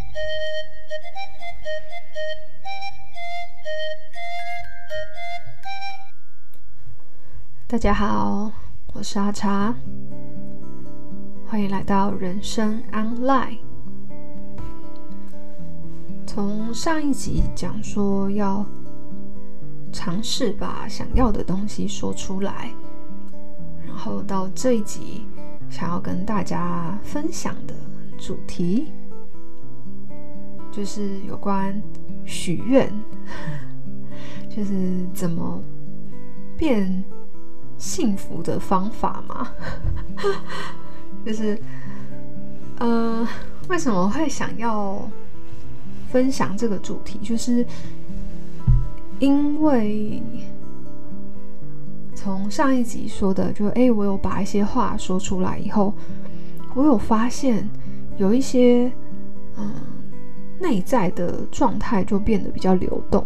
大家好，我是阿茶，欢迎来到人生 Online。从上一集讲说要尝试把想要的东西说出来，然后到这一集想要跟大家分享的主题就是有关许愿，就是怎么变幸福的方法嘛。就是为什么会想要分享这个主题，就是因为从上一集说的就我有把一些话说出来以后，我有发现有一些内在的状态就变得比较流动。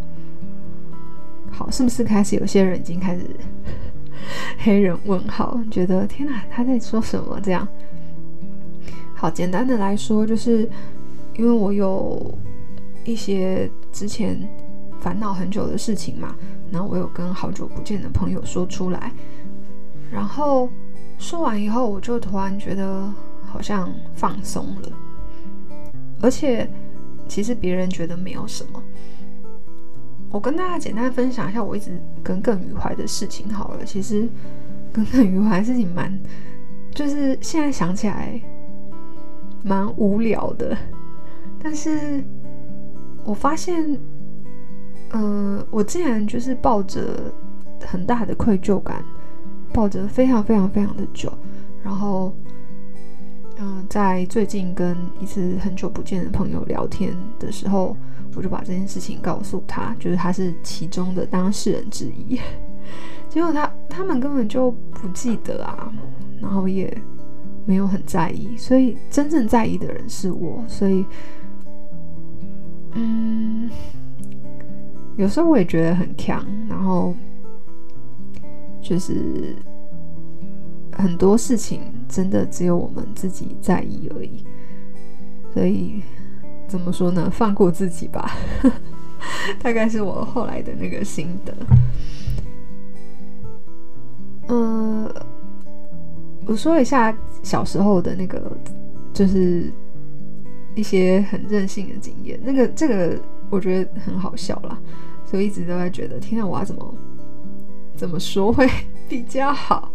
好，是不是开始有些人已经开始黑人问号，觉得天哪，他在说什么这样？好，简单的来说，就是因为我有一些之前烦恼很久的事情嘛，然后我有跟好久不见的朋友说出来，然后说完以后，我就突然觉得好像放松了，而且其实别人觉得没有什么。我跟大家简单分享一下我一直耿耿于怀的事情好了。其实耿耿于怀的事情就是现在想起来蛮无聊的，但是我发现我竟然就是抱着很大的愧疚感，抱着非常非常非常的久，然后在最近跟一次很久不见的朋友聊天的时候，我就把这件事情告诉他，就是他是其中的当事人之一。结果他们根本就不记得啊，然后也没有很在意，所以真正在意的人是我。所以有时候我也觉得很强，然后就是很多事情真的只有我们自己在意而已。所以怎么说呢，放过自己吧。大概是我后来的那个心得。我说一下小时候的那个，就是一些很任性的经验。这个我觉得很好笑啦，所以一直都在觉得，天啊，我要怎么说会比较好。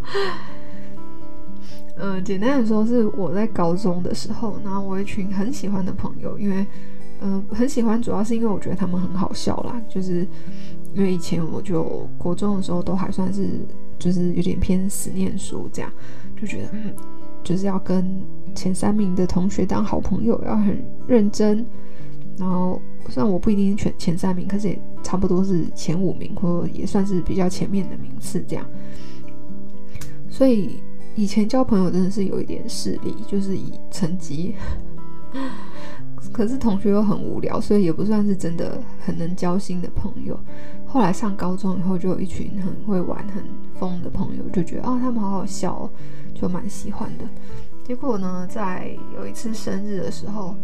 简单的说，是我在高中的时候，然后我有一群很喜欢的朋友，因为很喜欢，主要是因为我觉得他们很好笑啦，就是因为以前我就国中的时候都还算是就是有点偏死念书这样，就觉得就是要跟前3名的同学当好朋友，要很认真。然后虽然我不一定是前3名，可是也差不多是前5名，或也算是比较前面的名次这样。所以以前交朋友真的是有一点势力，就是以成绩。可是同学又很无聊，所以也不算是真的很能交心的朋友。后来上高中以后，就有一群很会玩很疯的朋友，就觉得他们好好笑哦，就蛮喜欢的。结果呢，在有一次生日的时候，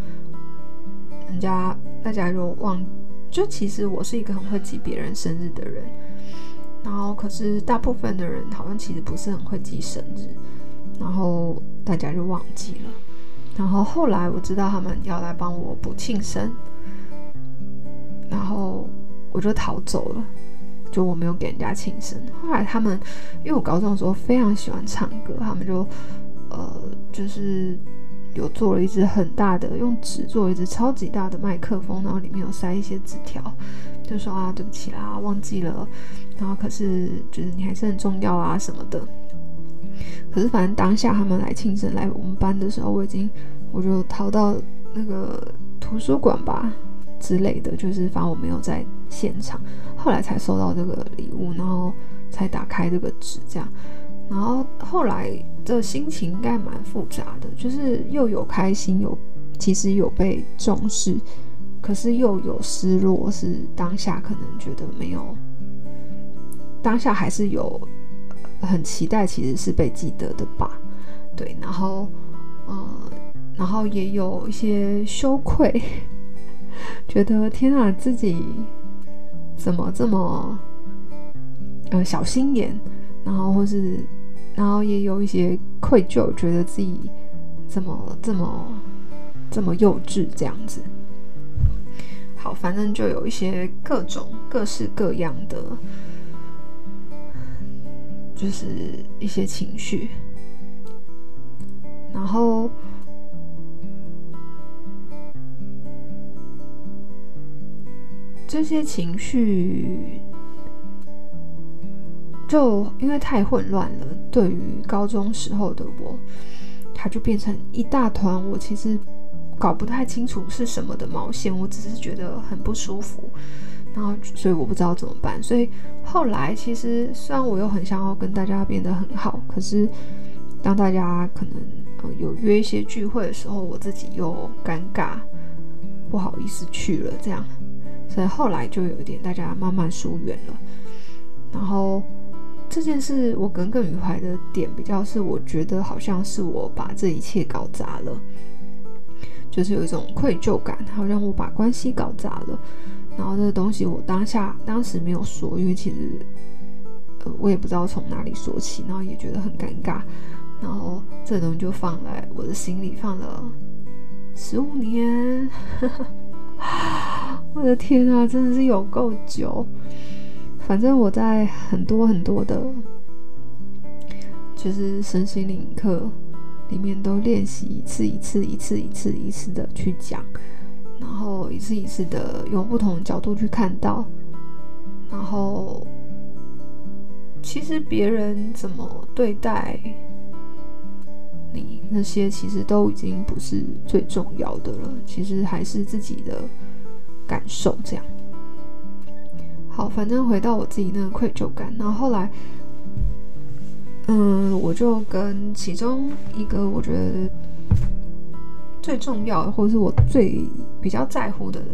大家就其实我是一个很会记别人生日的人，然后可是大部分的人好像其实不是很会记生日，然后大家就忘记了。然后后来我知道他们要来帮我补庆生，然后我就逃走了，就我没有给人家庆生。后来他们，因为我高中的时候非常喜欢唱歌，他们就是有做了一支很大的，用纸做了一支超级大的麦克风，然后里面有塞一些纸条，就说对不起啦，忘记了，然后可是就是你还是很重要啊什么的。可是反正当下他们来庆生来我们班的时候，我就逃到那个图书馆吧之类的，就是反正我没有在现场。后来才收到这个礼物，然后才打开这个纸这样。然后后来的心情应该蛮复杂的，就是又有开心，其实有被重视，可是又有失落，是当下可能觉得没有，当下还是有很期待其实是被记得的吧。对，然后然后也有一些羞愧，觉得天啊，自己怎么这么小心眼，然后也有一些愧疚，觉得自己怎么这么幼稚这样子。好，反正就有一些各式各样的，就是一些情绪，然后这些情绪就因为太混乱了，对于高中时候的我，它就变成一大团，我其实搞不太清楚是什么的毛线，我只是觉得很不舒服，然后所以我不知道怎么办。所以后来其实虽然我又很想要跟大家变得很好，可是当大家可能有约一些聚会的时候，我自己又尴尬，不好意思去了这样，所以后来就有一点大家慢慢疏远了。然后这件事我耿耿于怀的点比较是，我觉得好像是我把这一切搞砸了，就是有一种愧疚感，好像我把关系搞砸了。然后这个东西我当时没有说，因为其实我也不知道从哪里说起，然后也觉得很尴尬。然后这个东西就放在我的心里放了15年，我的天啊，真的是有够久。反正我在很多的就是身心灵课里面都练习一次的去讲，然后一次的用不同的角度去看到，然后其实别人怎么对待你那些其实都已经不是最重要的了，其实还是自己的感受这样。好，反正回到我自己那个愧疚感，然后后来我就跟其中一个我觉得最重要的，或是我比较在乎的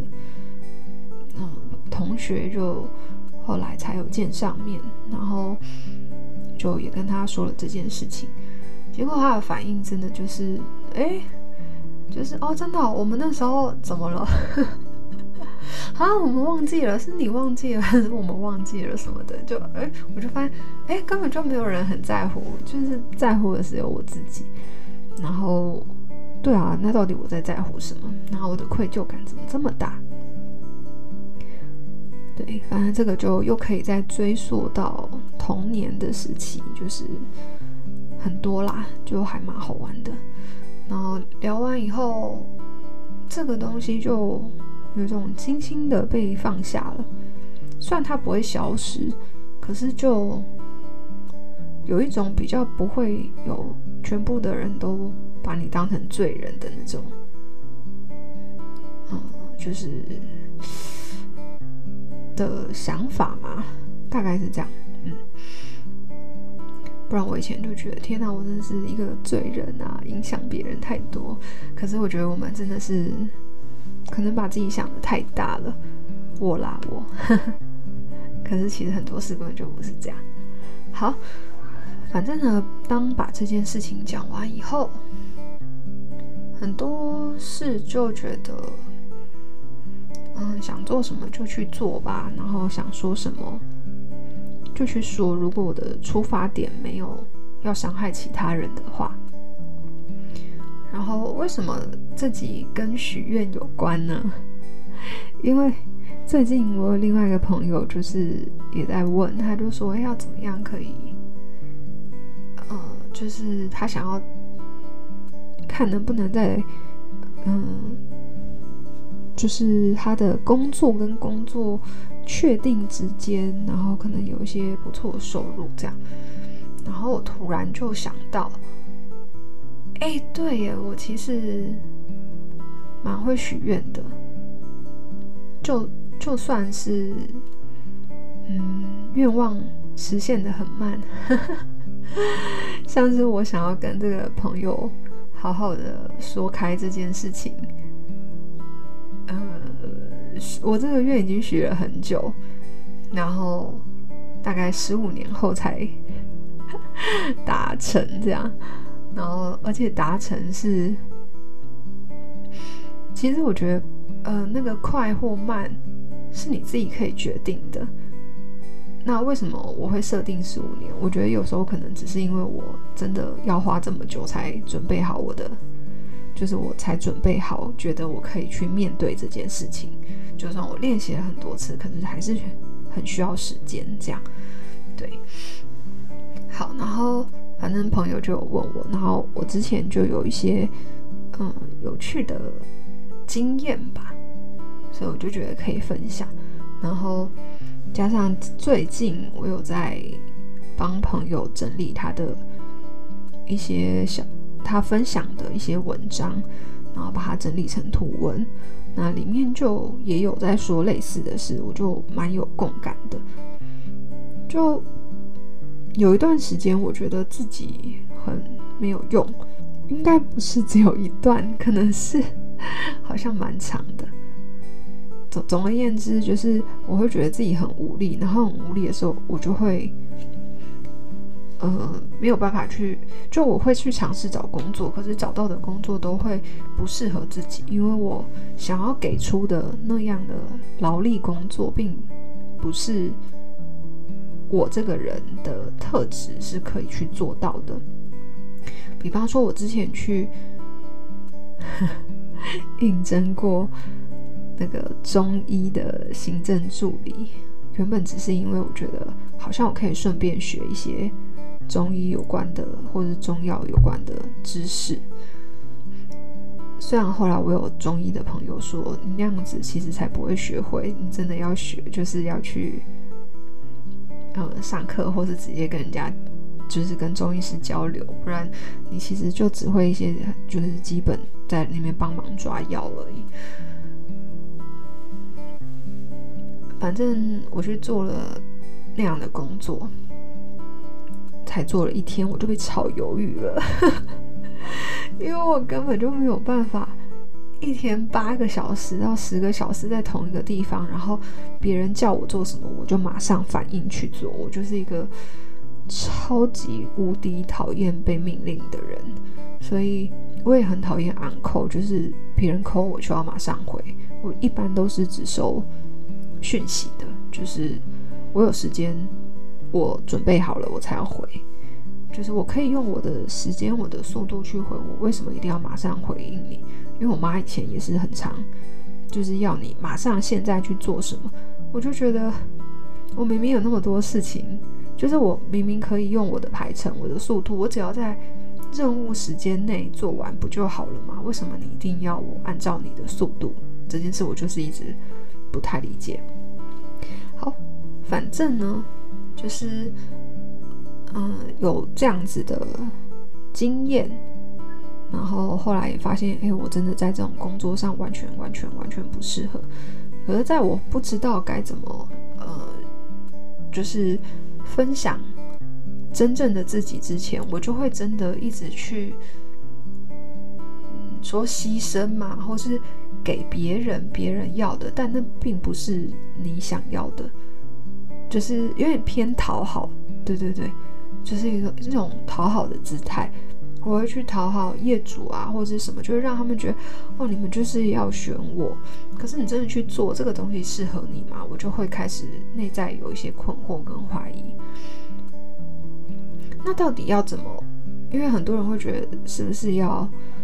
同学，就后来才有见上面，然后就也跟他说了这件事情。结果他的反应真的就是就是真的我们那时候怎么了我们忘记了，是你忘记了还是我们忘记了什么的，就我就发现根本就没有人很在乎，就是在乎的只有我自己。然后对啊，那到底我在乎什么？然后我的愧疚感怎么这么大？对，反正这个就又可以再追溯到童年的时期，就是很多啦，就还蛮好玩的。然后聊完以后，这个东西就有一种轻轻的被放下了，虽然它不会消失，可是就有一种比较不会有全部的人都把你当成罪人的那种，就是的想法嘛，大概是这样。不然我以前就觉得天哪，我真的是一个罪人啊，影响别人太多。可是我觉得我们真的是可能把自己想得太大了，我可是其实很多事根本就不是这样。好，反正呢，当把这件事情讲完以后，很多事就觉得想做什么就去做吧，然后想说什么就去说，如果我的出发点没有要伤害其他人的话。然后为什么这集跟许愿有关呢？因为最近我有另外一个朋友就是也在问，他就说要怎么样可以就是他想要看能不能在就是他的工作跟工作确定之间，然后可能有一些不错的收入这样。然后我突然就想到对耶，我其实蛮会许愿的，就算是愿望实现的很慢像是我想要跟这个朋友好好的说开这件事情，我这个愿已经许了很久，然后大概15年后才达成这样。然后而且达成是其实我觉得那个快或慢是你自己可以决定的。那为什么我会设定15年？我觉得有时候可能只是因为我真的要花这么久才准备好就是我才准备好，觉得我可以去面对这件事情。就算我练习了很多次，可是还是很需要时间这样。对，好，然后反正朋友就有问我，然后我之前就有一些有趣的经验吧，所以我就觉得可以分享。然后加上最近我有在帮朋友整理他的一些他分享的一些文章，然后把它整理成图文，那里面就也有在说类似的事，我就蛮有共感的。就有一段时间我觉得自己很没有用，应该不是只有一段，可能是好像蛮长的。总而言之，就是我会觉得自己很无力，然后很无力的时候，我就会没有办法就我会去尝试找工作，可是找到的工作都会不适合自己，因为我想要给出的那样的劳力工作，并不是我这个人的特质是可以去做到的。比方说，我之前去应征过那个中医的行政助理，原本只是因为我觉得好像我可以顺便学一些中医有关的或者中药有关的知识。虽然后来我有中医的朋友说，你那样子其实才不会学会，你真的要学就是要去上课，或是直接跟人家就是跟中医师交流，不然你其实就只会一些就是基本在里面帮忙抓药而已。反正我去做了那样的工作，才做了1天我就被炒鱿鱼了因为我根本就没有办法1天8个小时到10个小时在同一个地方，然后别人叫我做什么我就马上反应去做。我就是一个超级无敌讨厌被命令的人，所以我也很讨厌on call，就是别人 call 我就要马上回。我一般都是只收讯息的，就是我有时间我准备好了我才要回，就是我可以用我的时间我的速度去回，我为什么一定要马上回应你？因为我妈以前也是很常就是要你马上现在去做什么，我就觉得我明明有那么多事情，就是我明明可以用我的排程我的速度，我只要在任务时间内做完不就好了吗？为什么你一定要我按照你的速度？这件事我就是一直不太理解。好，反正呢就是有这样子的经验，然后后来也发现我真的在这种工作上完全不适合。可是在我不知道该怎么就是分享真正的自己之前，我就会真的一直去说牺牲嘛，或是给别人要的，但那并不是你想要的，就是有点偏讨好。对，就是一种讨好的姿态。我会去讨好业主啊或者什么，就会让他们觉得你们就是要选我，可是你真的去做这个东西适合你吗？我就会开始内在有一些困惑跟怀疑。那到底要怎么？因为很多人会觉得是不是要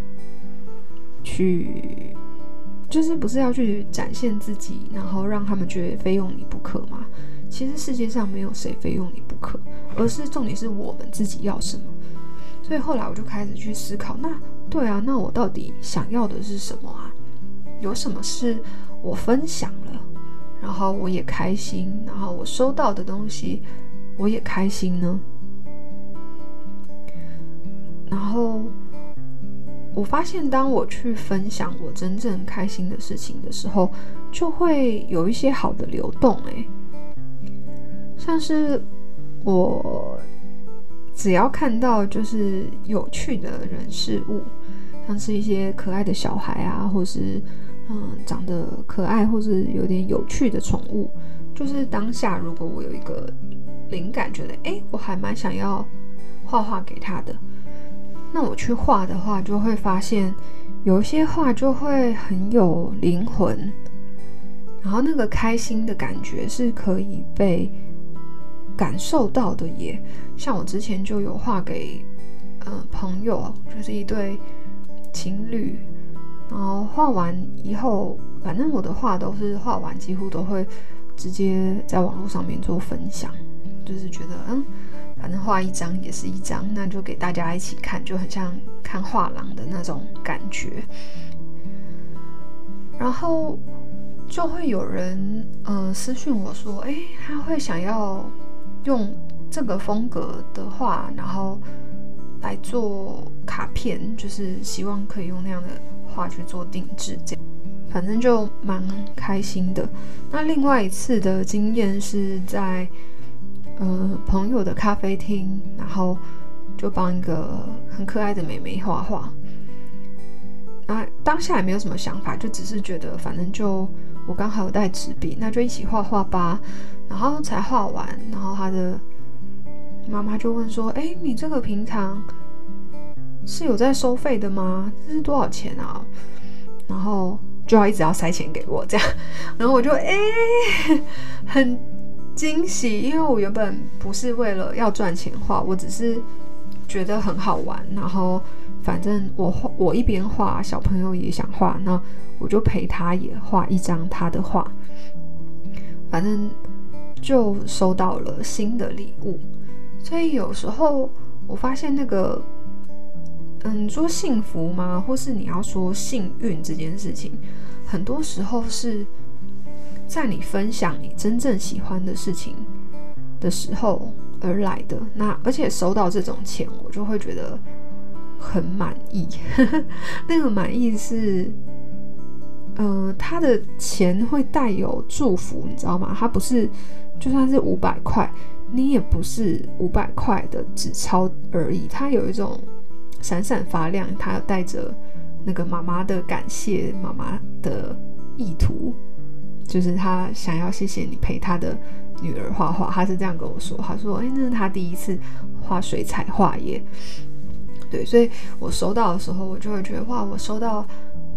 去就是不是要去展现自己，然后让他们觉得非用你不可吗？其实世界上没有谁非用你不可，而是重点是我们自己要什么。所以后来我就开始去思考，那我到底想要的是什么啊？有什么是我分享了，然后我也开心，然后我收到的东西我也开心呢？然后我发现当我去分享我真正开心的事情的时候，就会有一些好的流动。像是我只要看到就是有趣的人事物，像是一些可爱的小孩啊，或是长得可爱或是有点有趣的宠物，就是当下如果我有一个灵感，觉得我还蛮想要画画给他的，那我去画的话，就会发现有一些画就会很有灵魂，然后那个开心的感觉是可以被感受到的耶。像我之前就有画给朋友，就是一对情侣，然后画完以后，反正我的画都是画完几乎都会直接在网络上面做分享，就是觉得反正画一张也是一张，那就给大家一起看，就很像看画廊的那种感觉。然后就会有人私讯我说，他会想要用这个风格的画，然后来做卡片，就是希望可以用那样的画去做定制，这样反正就蛮开心的。那另外一次的经验是在朋友的咖啡厅，然后就帮一个很可爱的妹妹画画。那当下也没有什么想法，就只是觉得反正就我刚好有带纸笔，那就一起画画吧。然后才画完，然后他的妈妈就问说，你这个平常是有在收费的吗？这是多少钱啊？然后就要一直要塞钱给我这样，然后我就很惊喜，因为我原本不是为了要赚钱画，我只是觉得很好玩，然后反正我一边画，小朋友也想画，那我就陪他也画一张他的画，反正就收到了新的礼物。所以有时候我发现那个说幸福吗，或是你要说幸运这件事情，很多时候是在你分享你真正喜欢的事情的时候而来的。那而且收到这种钱，我就会觉得很满意那个满意是他的钱会带有祝福，你知道吗？他不是就算是500块，你也不是500块的纸钞而已，它有一种闪闪发亮，它有带着那个妈妈的感谢，妈妈的意图，就是他想要谢谢你陪他的女儿画画。他是这样跟我说，他说那是他第一次画水彩画耶。对，所以我收到的时候，我就会觉得哇，我收到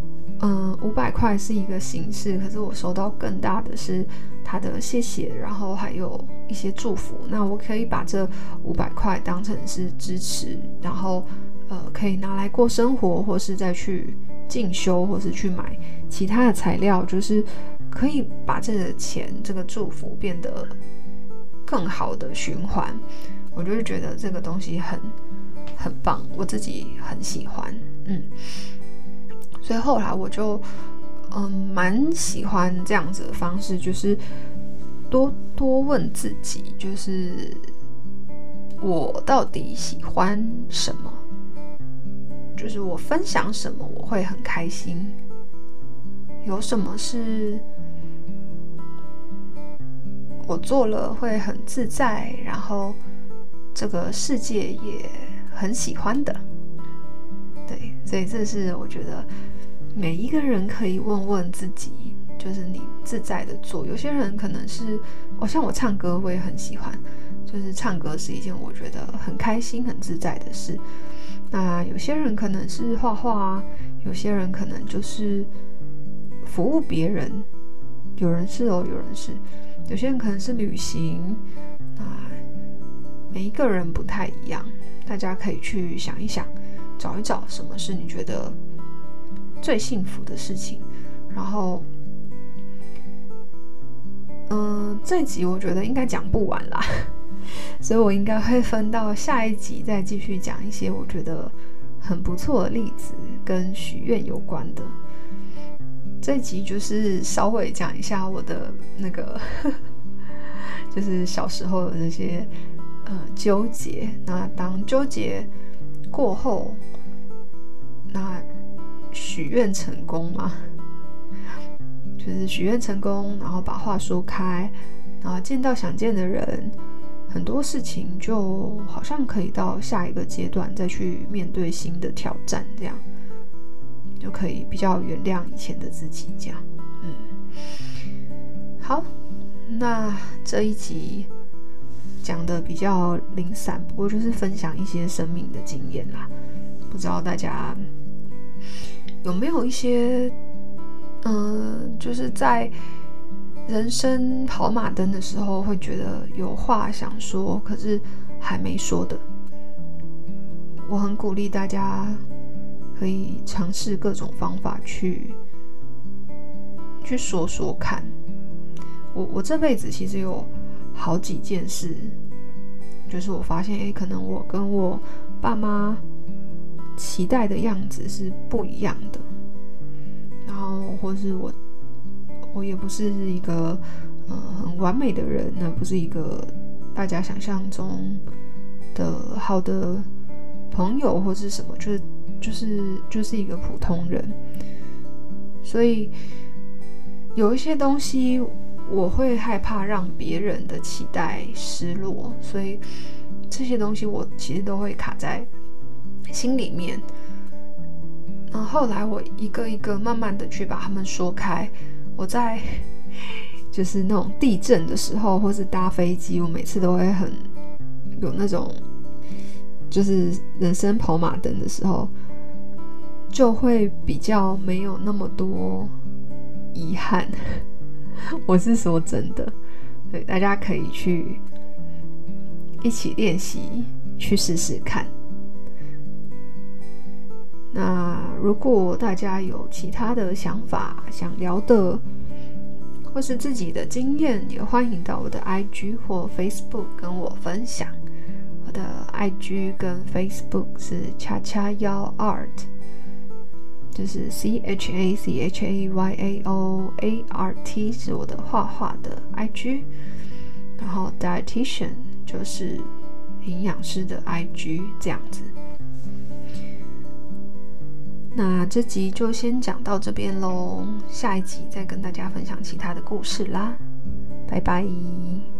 500块是一个形式，可是我收到更大的是他的谢谢，然后还有一些祝福。那我可以把这500块当成是支持，然后可以拿来过生活，或是再去进修，或是去买其他的材料，就是可以把这个钱这个祝福变得更好的循环。我就是觉得这个东西很棒，我自己很喜欢。所以后来我就蛮喜欢这样子的方式，就是多问自己，就是我到底喜欢什么，就是我分享什么我会很开心，有什么是我做了会很自在，然后这个世界也很喜欢的。对，所以这是我觉得每一个人可以问问自己，就是你自在的做。有些人可能是像我唱歌我也很喜欢，就是唱歌是一件我觉得很开心很自在的事。那有些人可能是画画啊，有些人可能就是服务别人，有人是有些人可能是旅行。那每一个人不太一样，大家可以去想一想，找一找什么是你觉得最幸福的事情。然后这一集我觉得应该讲不完啦所以我应该会分到下一集再继续讲一些我觉得很不错的例子跟许愿有关的。这一集就是稍微讲一下我的那个就是小时候的这些纠结。那当纠结过后，那许愿成功吗？就是许愿成功，然后把话说开，然后见到想见的人，很多事情就好像可以到下一个阶段再去面对新的挑战，这样就可以比较原谅以前的自己，这样。好，那这一集讲的比较零散，不过就是分享一些生命的经验啦。不知道大家有没有一些就是在人生跑马灯的时候会觉得有话想说可是还没说的？我很鼓励大家可以尝试各种方法去说说看。我这辈子其实有好几件事，就是我发现可能我跟我爸妈期待的样子是不一样的，然后或是我也不是一个很完美的人，那不是一个大家想象中的好的朋友或是什么，就是一个普通人。所以有一些东西我会害怕让别人的期待失落，所以这些东西我其实都会卡在心里面。然后后来我一个一个慢慢的去把它们说开。我在就是那种地震的时候或是搭飞机，我每次都会很有那种就是人生跑马灯的时候，就会比较没有那么多遗憾。我是说真的，对，大家可以去一起练习，去试试看。那如果大家有其他的想法想聊的，或是自己的经验，也欢迎到我的 IG 或 Facebook 跟我分享。我的 IG 跟 Facebook 是恰恰妖 Art， 就是 CHACHAYAOART 是我的画画的 IG， 然后 Dietitian 就是营养师的 IG 这样子。那这集就先讲到这边咯，下一集再跟大家分享其他的故事啦，拜拜。